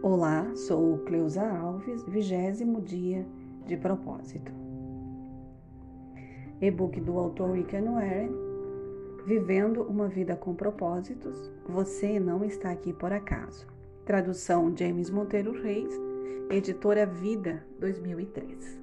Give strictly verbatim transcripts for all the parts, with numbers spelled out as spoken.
Olá, sou Cleusa Alves, vigésimo dia de propósito. E-book do autor Rick Warren, Vivendo uma Vida com Propósitos, Você Não Está Aqui por Acaso. Tradução James Monteiro Reis, editora Vida, dois mil e três.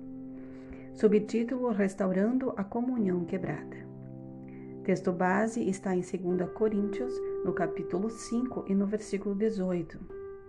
Subtítulo Restaurando a Comunhão Quebrada. Texto base está em dois Coríntios, no capítulo cinco e no versículo dezoito.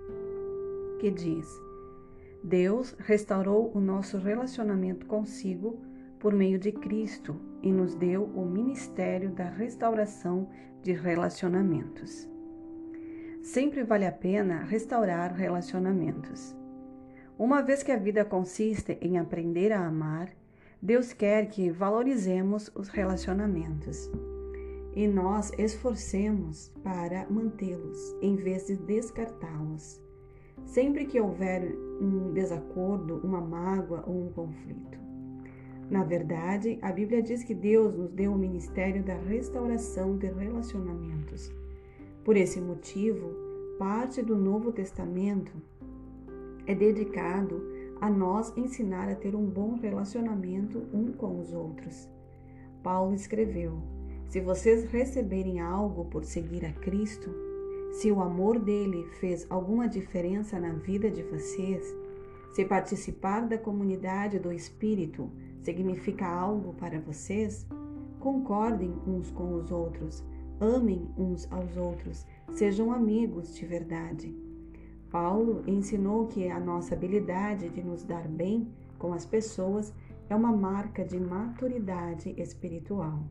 Que diz: Deus restaurou o nosso relacionamento consigo por meio de Cristo e nos deu o ministério da restauração de relacionamentos. Sempre vale a pena restaurar relacionamentos. Uma vez que a vida consiste em aprender a amar, Deus quer que valorizemos os relacionamentos e nós esforcemos para mantê-los em vez de descartá-los. Sempre que houver um desacordo, uma mágoa ou um conflito. Na verdade, a Bíblia diz que Deus nos deu o ministério da restauração de relacionamentos. Por esse motivo, parte do Novo Testamento é dedicado a nós ensinar a ter um bom relacionamento um com os outros. Paulo escreveu: se vocês receberem algo por seguir a Cristo, se o amor dele fez alguma diferença na vida de vocês, se participar da comunidade do Espírito significa algo para vocês, concordem uns com os outros, amem uns aos outros, sejam amigos de verdade. Paulo ensinou que a nossa habilidade de nos dar bem com as pessoas é uma marca de maturidade espiritual.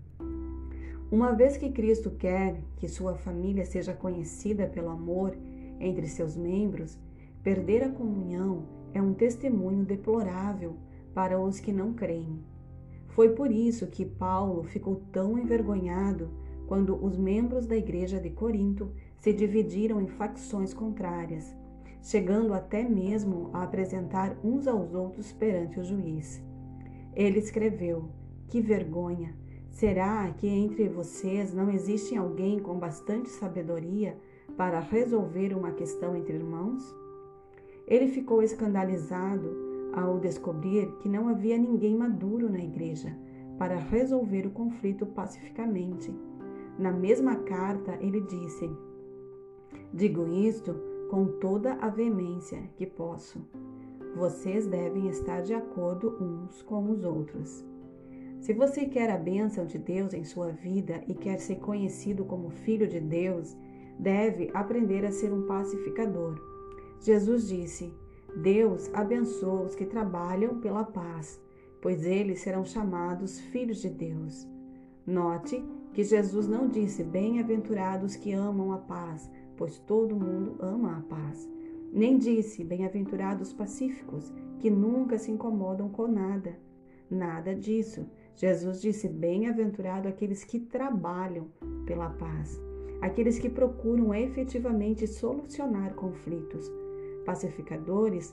Uma vez que Cristo quer que sua família seja conhecida pelo amor entre seus membros, perder a comunhão é um testemunho deplorável para os que não creem. Foi por isso que Paulo ficou tão envergonhado quando os membros da igreja de Corinto se dividiram em facções contrárias, chegando até mesmo a apresentar uns aos outros perante o juiz. Ele escreveu: que vergonha! Será que entre vocês não existe alguém com bastante sabedoria para resolver uma questão entre irmãos? Ele ficou escandalizado ao descobrir que não havia ninguém maduro na igreja para resolver o conflito pacificamente. Na mesma carta, ele disse: digo isto com toda a veemência que posso. Vocês devem estar de acordo uns com os outros. Se você quer a bênção de Deus em sua vida e quer ser conhecido como filho de Deus, deve aprender a ser um pacificador. Jesus disse: Deus abençoa os que trabalham pela paz, pois eles serão chamados filhos de Deus. Note que Jesus não disse bem-aventurados que amam a paz, pois todo mundo ama a paz. Nem disse bem-aventurados pacíficos, que nunca se incomodam com nada. Nada disso. Jesus disse: bem-aventurado aqueles que trabalham pela paz, aqueles que procuram efetivamente solucionar conflitos. Pacificadores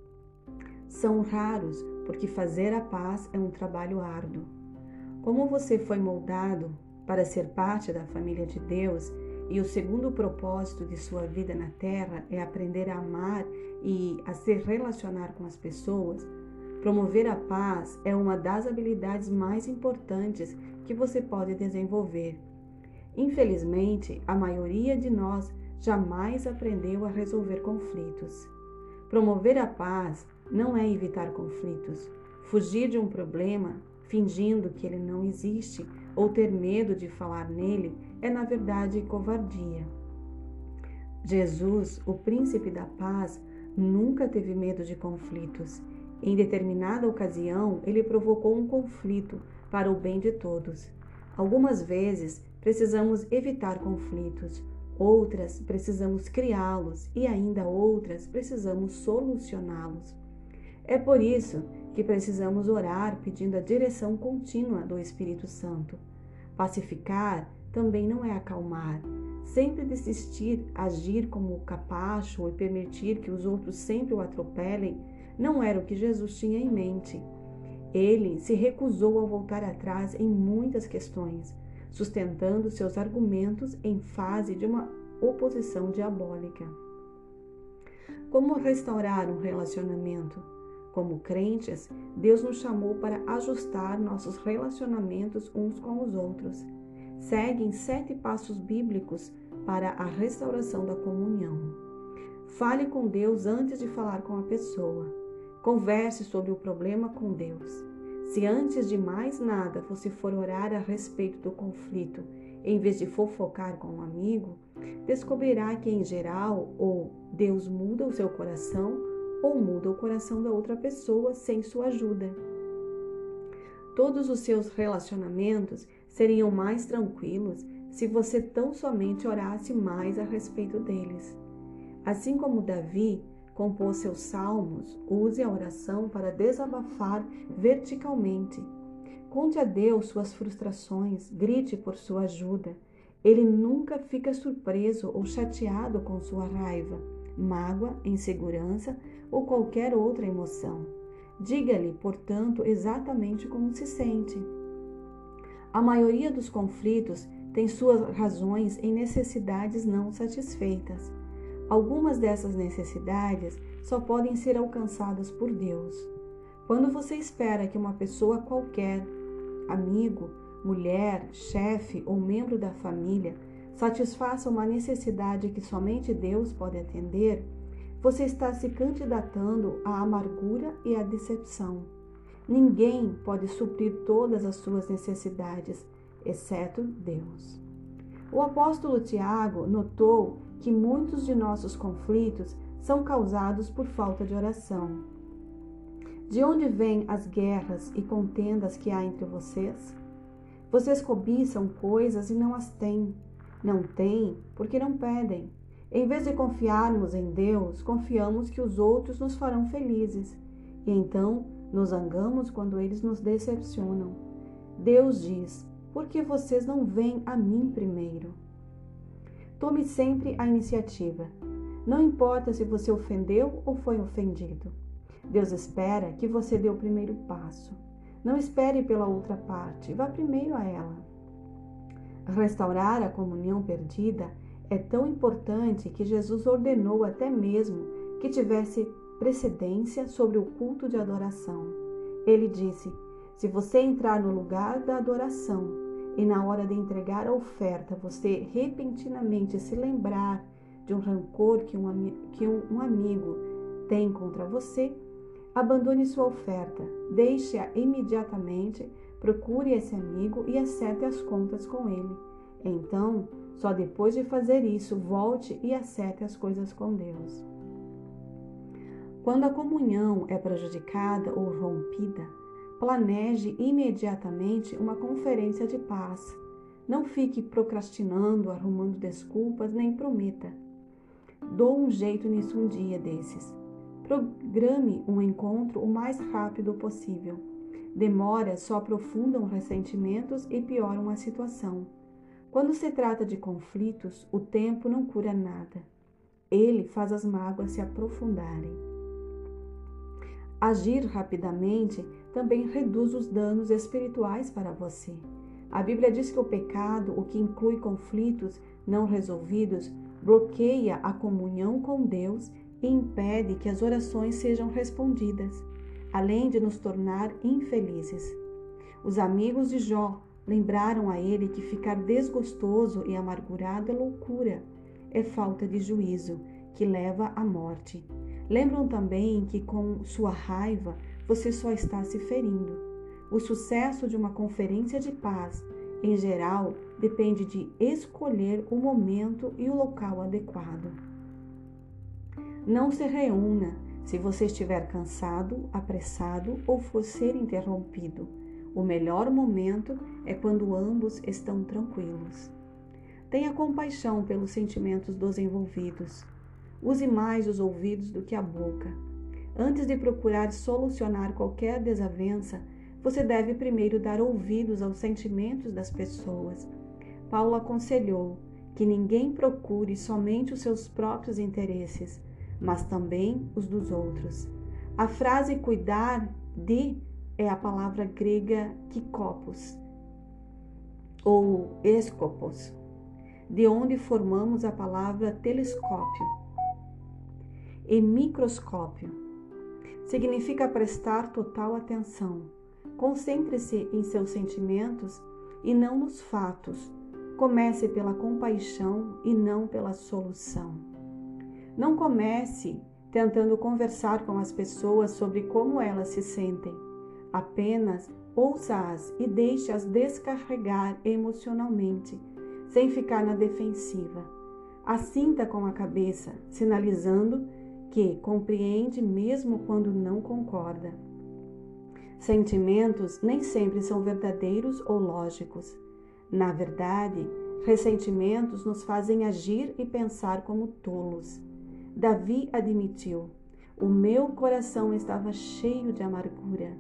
são raros, porque fazer a paz é um trabalho árduo. Como você foi moldado para ser parte da família de Deus, e o segundo propósito de sua vida na terra é aprender a amar e a se relacionar com as pessoas, promover a paz é uma das habilidades mais importantes que você pode desenvolver. Infelizmente, a maioria de nós jamais aprendeu a resolver conflitos. Promover a paz não é evitar conflitos. Fugir de um problema, fingindo que ele não existe, ou ter medo de falar nele, é na verdade covardia. Jesus, o príncipe da paz, nunca teve medo de conflitos. Em determinada ocasião, ele provocou um conflito para o bem de todos. Algumas vezes, precisamos evitar conflitos, outras precisamos criá-los e ainda outras precisamos solucioná-los. É por isso que precisamos orar pedindo a direção contínua do Espírito Santo. Pacificar também não é acalmar. Sempre desistir, agir como capacho e permitir que os outros sempre o atropelem não era o que Jesus tinha em mente. Ele se recusou a voltar atrás em muitas questões, sustentando seus argumentos em face de uma oposição diabólica. Como restaurar um relacionamento? Como crentes, Deus nos chamou para ajustar nossos relacionamentos uns com os outros. Seguem sete passos bíblicos para a restauração da comunhão. Fale com Deus antes de falar com a pessoa. Converse sobre o problema com Deus. Se antes de mais nada você for orar a respeito do conflito, em vez de fofocar com um amigo, descobrirá que, em geral, ou Deus muda o seu coração, ou muda o coração da outra pessoa sem sua ajuda. Todos os seus relacionamentos seriam mais tranquilos se você tão somente orasse mais a respeito deles. Assim como Davi compôs seus salmos, use a oração para desabafar verticalmente. Conte a Deus suas frustrações, grite por sua ajuda. Ele nunca fica surpreso ou chateado com sua raiva, mágoa, insegurança ou qualquer outra emoção. Diga-lhe, portanto, exatamente como se sente. A maioria dos conflitos tem suas razões em necessidades não satisfeitas. Algumas dessas necessidades só podem ser alcançadas por Deus. Quando você espera que uma pessoa qualquer, amigo, mulher, chefe ou membro da família, satisfaça uma necessidade que somente Deus pode atender, você está se candidatando à amargura e à decepção. Ninguém pode suprir todas as suas necessidades, exceto Deus. O apóstolo Tiago notou que muitos de nossos conflitos são causados por falta de oração. De onde vêm as guerras e contendas que há entre vocês? Vocês cobiçam coisas e não as têm. Não têm porque não pedem. Em vez de confiarmos em Deus, confiamos que os outros nos farão felizes. E então nos zangamos quando eles nos decepcionam. Deus diz: por que vocês não vêm a mim primeiro? Tome sempre a iniciativa. Não importa se você ofendeu ou foi ofendido. Deus espera que você dê o primeiro passo. Não espere pela outra parte, vá primeiro a ela. Restaurar a comunhão perdida é tão importante que Jesus ordenou até mesmo que tivesse precedência sobre o culto de adoração. Ele disse: se você entrar no lugar da adoração e na hora de entregar a oferta você repentinamente se lembrar de um rancor que um, que um, um amigo tem contra você, abandone sua oferta, deixe-a imediatamente, procure esse amigo e acerte as contas com ele. Então, só depois de fazer isso, volte e acerte as coisas com Deus. Quando a comunhão é prejudicada ou rompida, planeje imediatamente uma conferência de paz. Não fique procrastinando, arrumando desculpas, nem prometa: dou um jeito nisso um dia desses. Programe um encontro o mais rápido possível. Demoras só aprofundam ressentimentos e pioram a situação. Quando se trata de conflitos, o tempo não cura nada. Ele faz as mágoas se aprofundarem. Agir rapidamente também reduz os danos espirituais para você. A Bíblia diz que o pecado, o que inclui conflitos não resolvidos, bloqueia a comunhão com Deus e impede que as orações sejam respondidas, além de nos tornar infelizes. Os amigos de Jó lembraram a ele que ficar desgostoso e amargurado é loucura, é falta de juízo, que leva à morte. Lembram também que com sua raiva você só está se ferindo. O sucesso de uma conferência de paz, em geral, depende de escolher o momento e o local adequado. Não se reúna se você estiver cansado, apressado ou for ser interrompido. O melhor momento é quando ambos estão tranquilos. Tenha compaixão pelos sentimentos dos envolvidos. Use mais os ouvidos do que a boca. Antes de procurar solucionar qualquer desavença, você deve primeiro dar ouvidos aos sentimentos das pessoas. Paulo aconselhou que ninguém procure somente os seus próprios interesses, mas também os dos outros. A frase cuidar de é a palavra grega kikopos, ou escopos, de onde formamos a palavra telescópio. e microscópio. Significa prestar total atenção. Concentre-se em seus sentimentos e não nos fatos. Comece pela compaixão e não pela solução. Não comece tentando conversar com as pessoas sobre como elas se sentem. Apenas ouça-as e deixe-as descarregar emocionalmente, sem ficar na defensiva. Assinta com a cabeça, sinalizando que compreende mesmo quando não concorda. Sentimentos nem sempre são verdadeiros ou lógicos. Na verdade, ressentimentos nos fazem agir e pensar como tolos. Davi admitiu: o meu coração estava cheio de amargura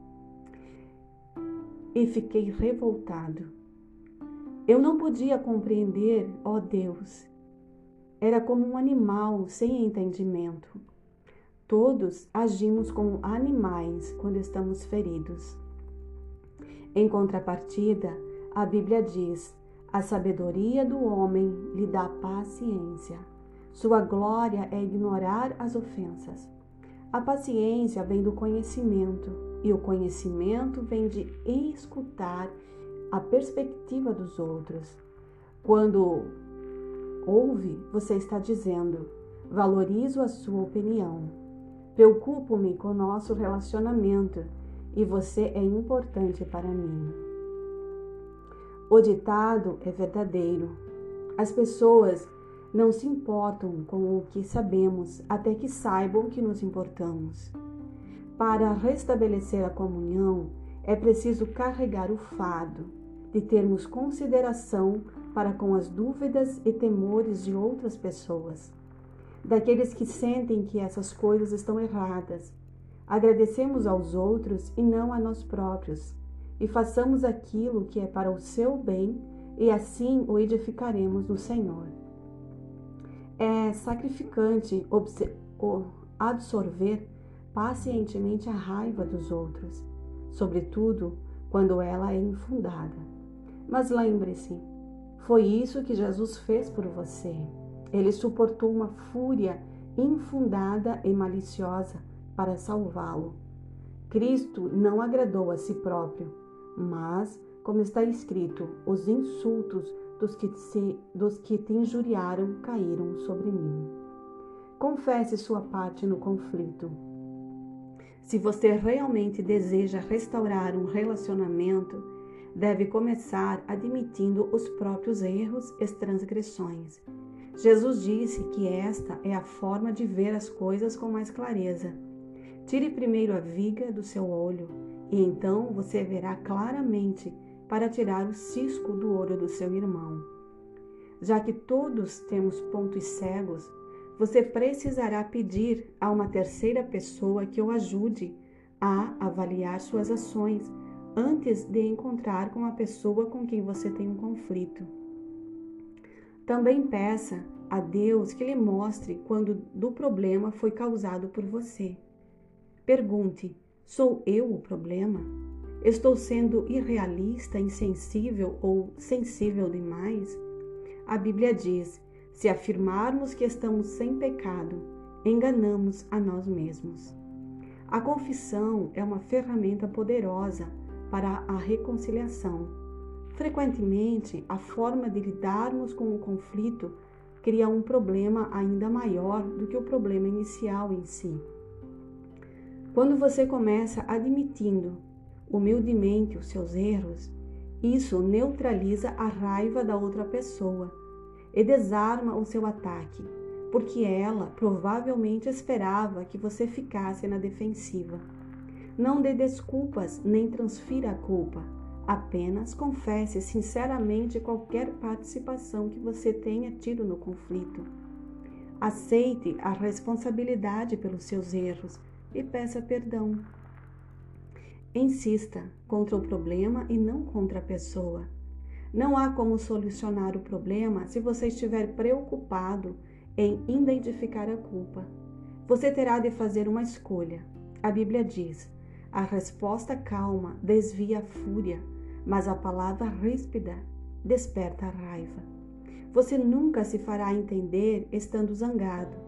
e fiquei revoltado. Eu não podia compreender, ó Deus. Era como um animal sem entendimento. Todos agimos como animais quando estamos feridos. Em contrapartida, a Bíblia diz: a sabedoria do homem lhe dá paciência. Sua glória é ignorar as ofensas. A paciência vem do conhecimento, e o conhecimento vem de escutar a perspectiva dos outros. Quando ouve, você está dizendo: valorizo a sua opinião. Preocupo-me com o nosso relacionamento e você é importante para mim. O ditado é verdadeiro. As pessoas não se importam com o que sabemos até que saibam que nos importamos. Para restabelecer a comunhão, é preciso carregar o fardo de termos consideração para com as dúvidas e temores de outras pessoas, daqueles que sentem que essas coisas estão erradas. Agradecemos aos outros e não a nós próprios, e façamos aquilo que é para o seu bem, e assim o edificaremos no Senhor. É sacrificante absorver pacientemente a raiva dos outros, sobretudo quando ela é infundada. Mas lembre-se, foi isso que Jesus fez por você. Ele suportou uma fúria infundada e maliciosa para salvá-lo. Cristo não agradou a si próprio, mas, como está escrito, os insultos dos que, se, dos que te injuriaram caíram sobre mim. Confesse sua parte no conflito. Se você realmente deseja restaurar um relacionamento, deve começar admitindo os próprios erros e transgressões. Jesus disse que esta é a forma de ver as coisas com mais clareza. Tire primeiro a viga do seu olho, e então você verá claramente para tirar o cisco do olho do seu irmão. Já que todos temos pontos cegos, você precisará pedir a uma terceira pessoa que o ajude a avaliar suas ações antes de encontrar com a pessoa com quem você tem um conflito. Também peça a Deus que lhe mostre quando do problema foi causado por você. Pergunte: sou eu o problema? Estou sendo irrealista, insensível ou sensível demais? A Bíblia diz: se afirmarmos que estamos sem pecado, enganamos a nós mesmos. A confissão é uma ferramenta poderosa para a reconciliação. Frequentemente, a forma de lidarmos com o conflito cria um problema ainda maior do que o problema inicial em si. Quando você começa admitindo humildemente os seus erros, isso neutraliza a raiva da outra pessoa e desarma o seu ataque, porque ela provavelmente esperava que você ficasse na defensiva. Não dê desculpas nem transfira a culpa. Apenas confesse sinceramente qualquer participação que você tenha tido no conflito. Aceite a responsabilidade pelos seus erros e peça perdão. Insista contra o problema e não contra a pessoa. Não há como solucionar o problema se você estiver preocupado em identificar a culpa. Você terá de fazer uma escolha. A Bíblia diz: a resposta calma desvia a fúria, mas a palavra ríspida desperta a raiva. Você nunca se fará entender estando zangado.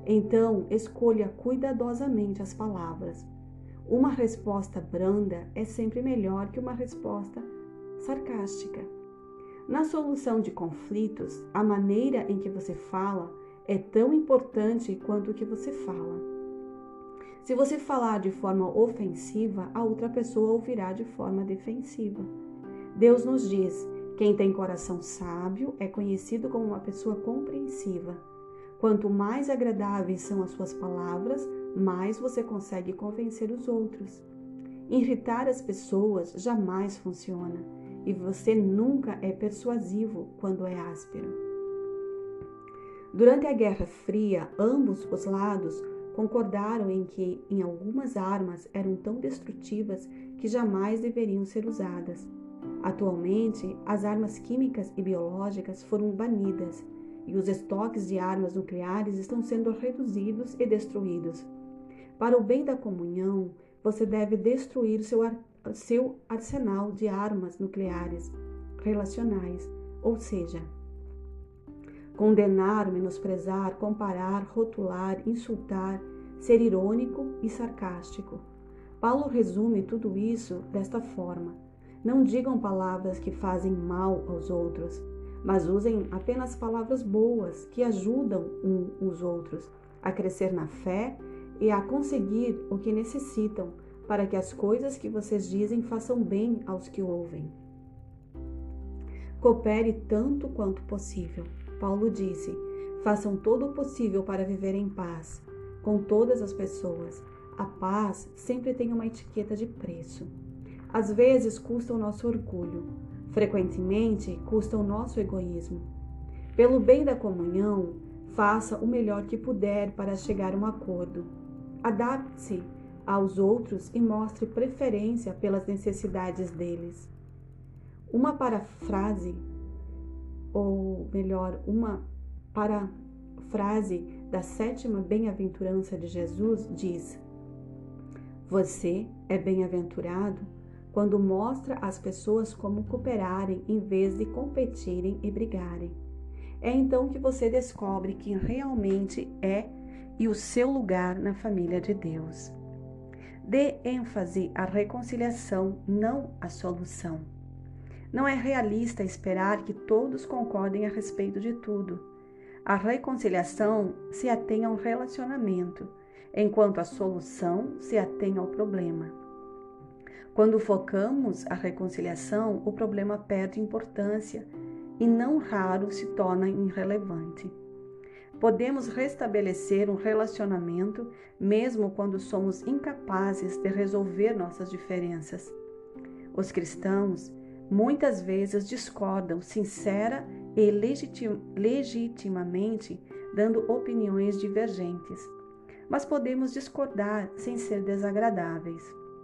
Então, escolha cuidadosamente as palavras. Uma resposta branda é sempre melhor que uma resposta sarcástica. Na solução de conflitos, a maneira em que você fala é tão importante quanto o que você fala. Se você falar de forma ofensiva, a outra pessoa ouvirá de forma defensiva. Deus nos diz: quem tem coração sábio é conhecido como uma pessoa compreensiva. Quanto mais agradáveis são as suas palavras, mais você consegue convencer os outros. Irritar as pessoas jamais funciona, e você nunca é persuasivo quando é áspero. Durante a Guerra Fria, ambos os lados concordaram em que em algumas armas eram tão destrutivas que jamais deveriam ser usadas. Atualmente, as armas químicas e biológicas foram banidas e os estoques de armas nucleares estão sendo reduzidos e destruídos. Para o bem da comunhão, você deve destruir seu, ar, seu arsenal de armas nucleares relacionais, ou seja, condenar, menosprezar, comparar, rotular, insultar, ser irônico e sarcástico. Paulo resume tudo isso desta forma: não digam palavras que fazem mal aos outros, mas usem apenas palavras boas que ajudam uns os outros a crescer na fé e a conseguir o que necessitam para que as coisas que vocês dizem façam bem aos que ouvem. Coopere tanto quanto possível. Paulo disse: façam todo o possível para viver em paz com todas as pessoas. A paz sempre tem uma etiqueta de preço. Às vezes custa o nosso orgulho, frequentemente custa o nosso egoísmo. Pelo bem da comunhão, faça o melhor que puder para chegar a um acordo. Adapte-se aos outros e mostre preferência pelas necessidades deles. Uma parafrase, ou melhor, uma parafrase da sétima bem-aventurança de Jesus diz: você é bem-aventurado quando mostra às pessoas como cooperarem em vez de competirem e brigarem. É então que você descobre quem realmente é e o seu lugar na família de Deus. Dê ênfase à reconciliação, não à solução. Não é realista esperar que todos concordem a respeito de tudo. A reconciliação se atém ao relacionamento, enquanto a solução se atém ao problema. Quando focamos a reconciliação, o problema perde importância e não raro se torna irrelevante. Podemos restabelecer um relacionamento mesmo quando somos incapazes de resolver nossas diferenças. Os cristãos muitas vezes discordam sincera e legitim- legitimamente, dando opiniões divergentes, mas podemos discordar sem ser desagradáveis.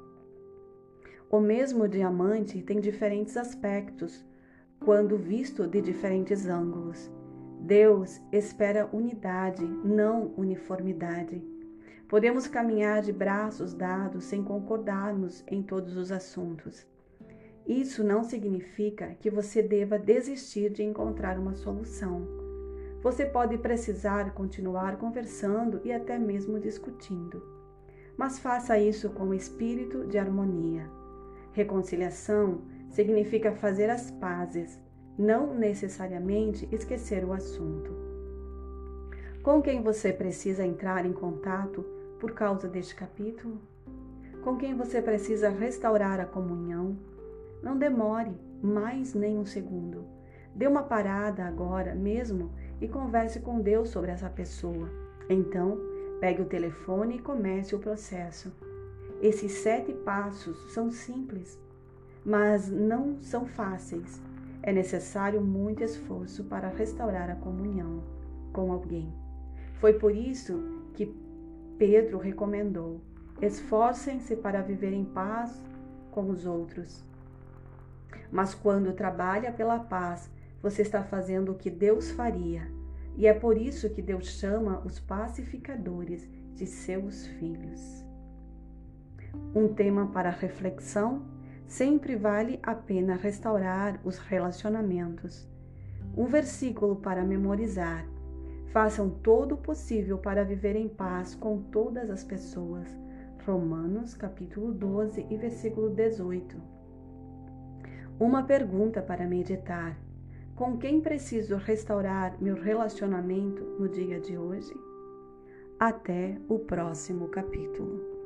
O mesmo diamante tem diferentes aspectos quando visto de diferentes ângulos. Deus espera unidade, não uniformidade. Podemos caminhar de braços dados sem concordarmos em todos os assuntos. Isso não significa que você deva desistir de encontrar uma solução. Você pode precisar continuar conversando e até mesmo discutindo, mas faça isso com o espírito de harmonia. Reconciliação significa fazer as pazes, não necessariamente esquecer o assunto. Com quem você precisa entrar em contato por causa deste capítulo? Com quem você precisa restaurar a comunhão? Não demore mais nem um segundo. Dê uma parada agora mesmo e converse com Deus sobre essa pessoa. Então, pegue o telefone e comece o processo. Esses sete passos são simples, mas não são fáceis. É necessário muito esforço para restaurar a comunhão com alguém. Foi por isso que Pedro recomendou: esforcem-se para viver em paz com os outros. Mas quando trabalha pela paz, você está fazendo o que Deus faria. E é por isso que Deus chama os pacificadores de seus filhos. Um tema para reflexão: sempre vale a pena restaurar os relacionamentos. Um versículo para memorizar: Façam todo o possível para viver em paz com todas as pessoas. Romanos capítulo doze e versículo dezoito. Uma pergunta para meditar. Com quem preciso restaurar meu relacionamento no dia de hoje? Até o próximo capítulo.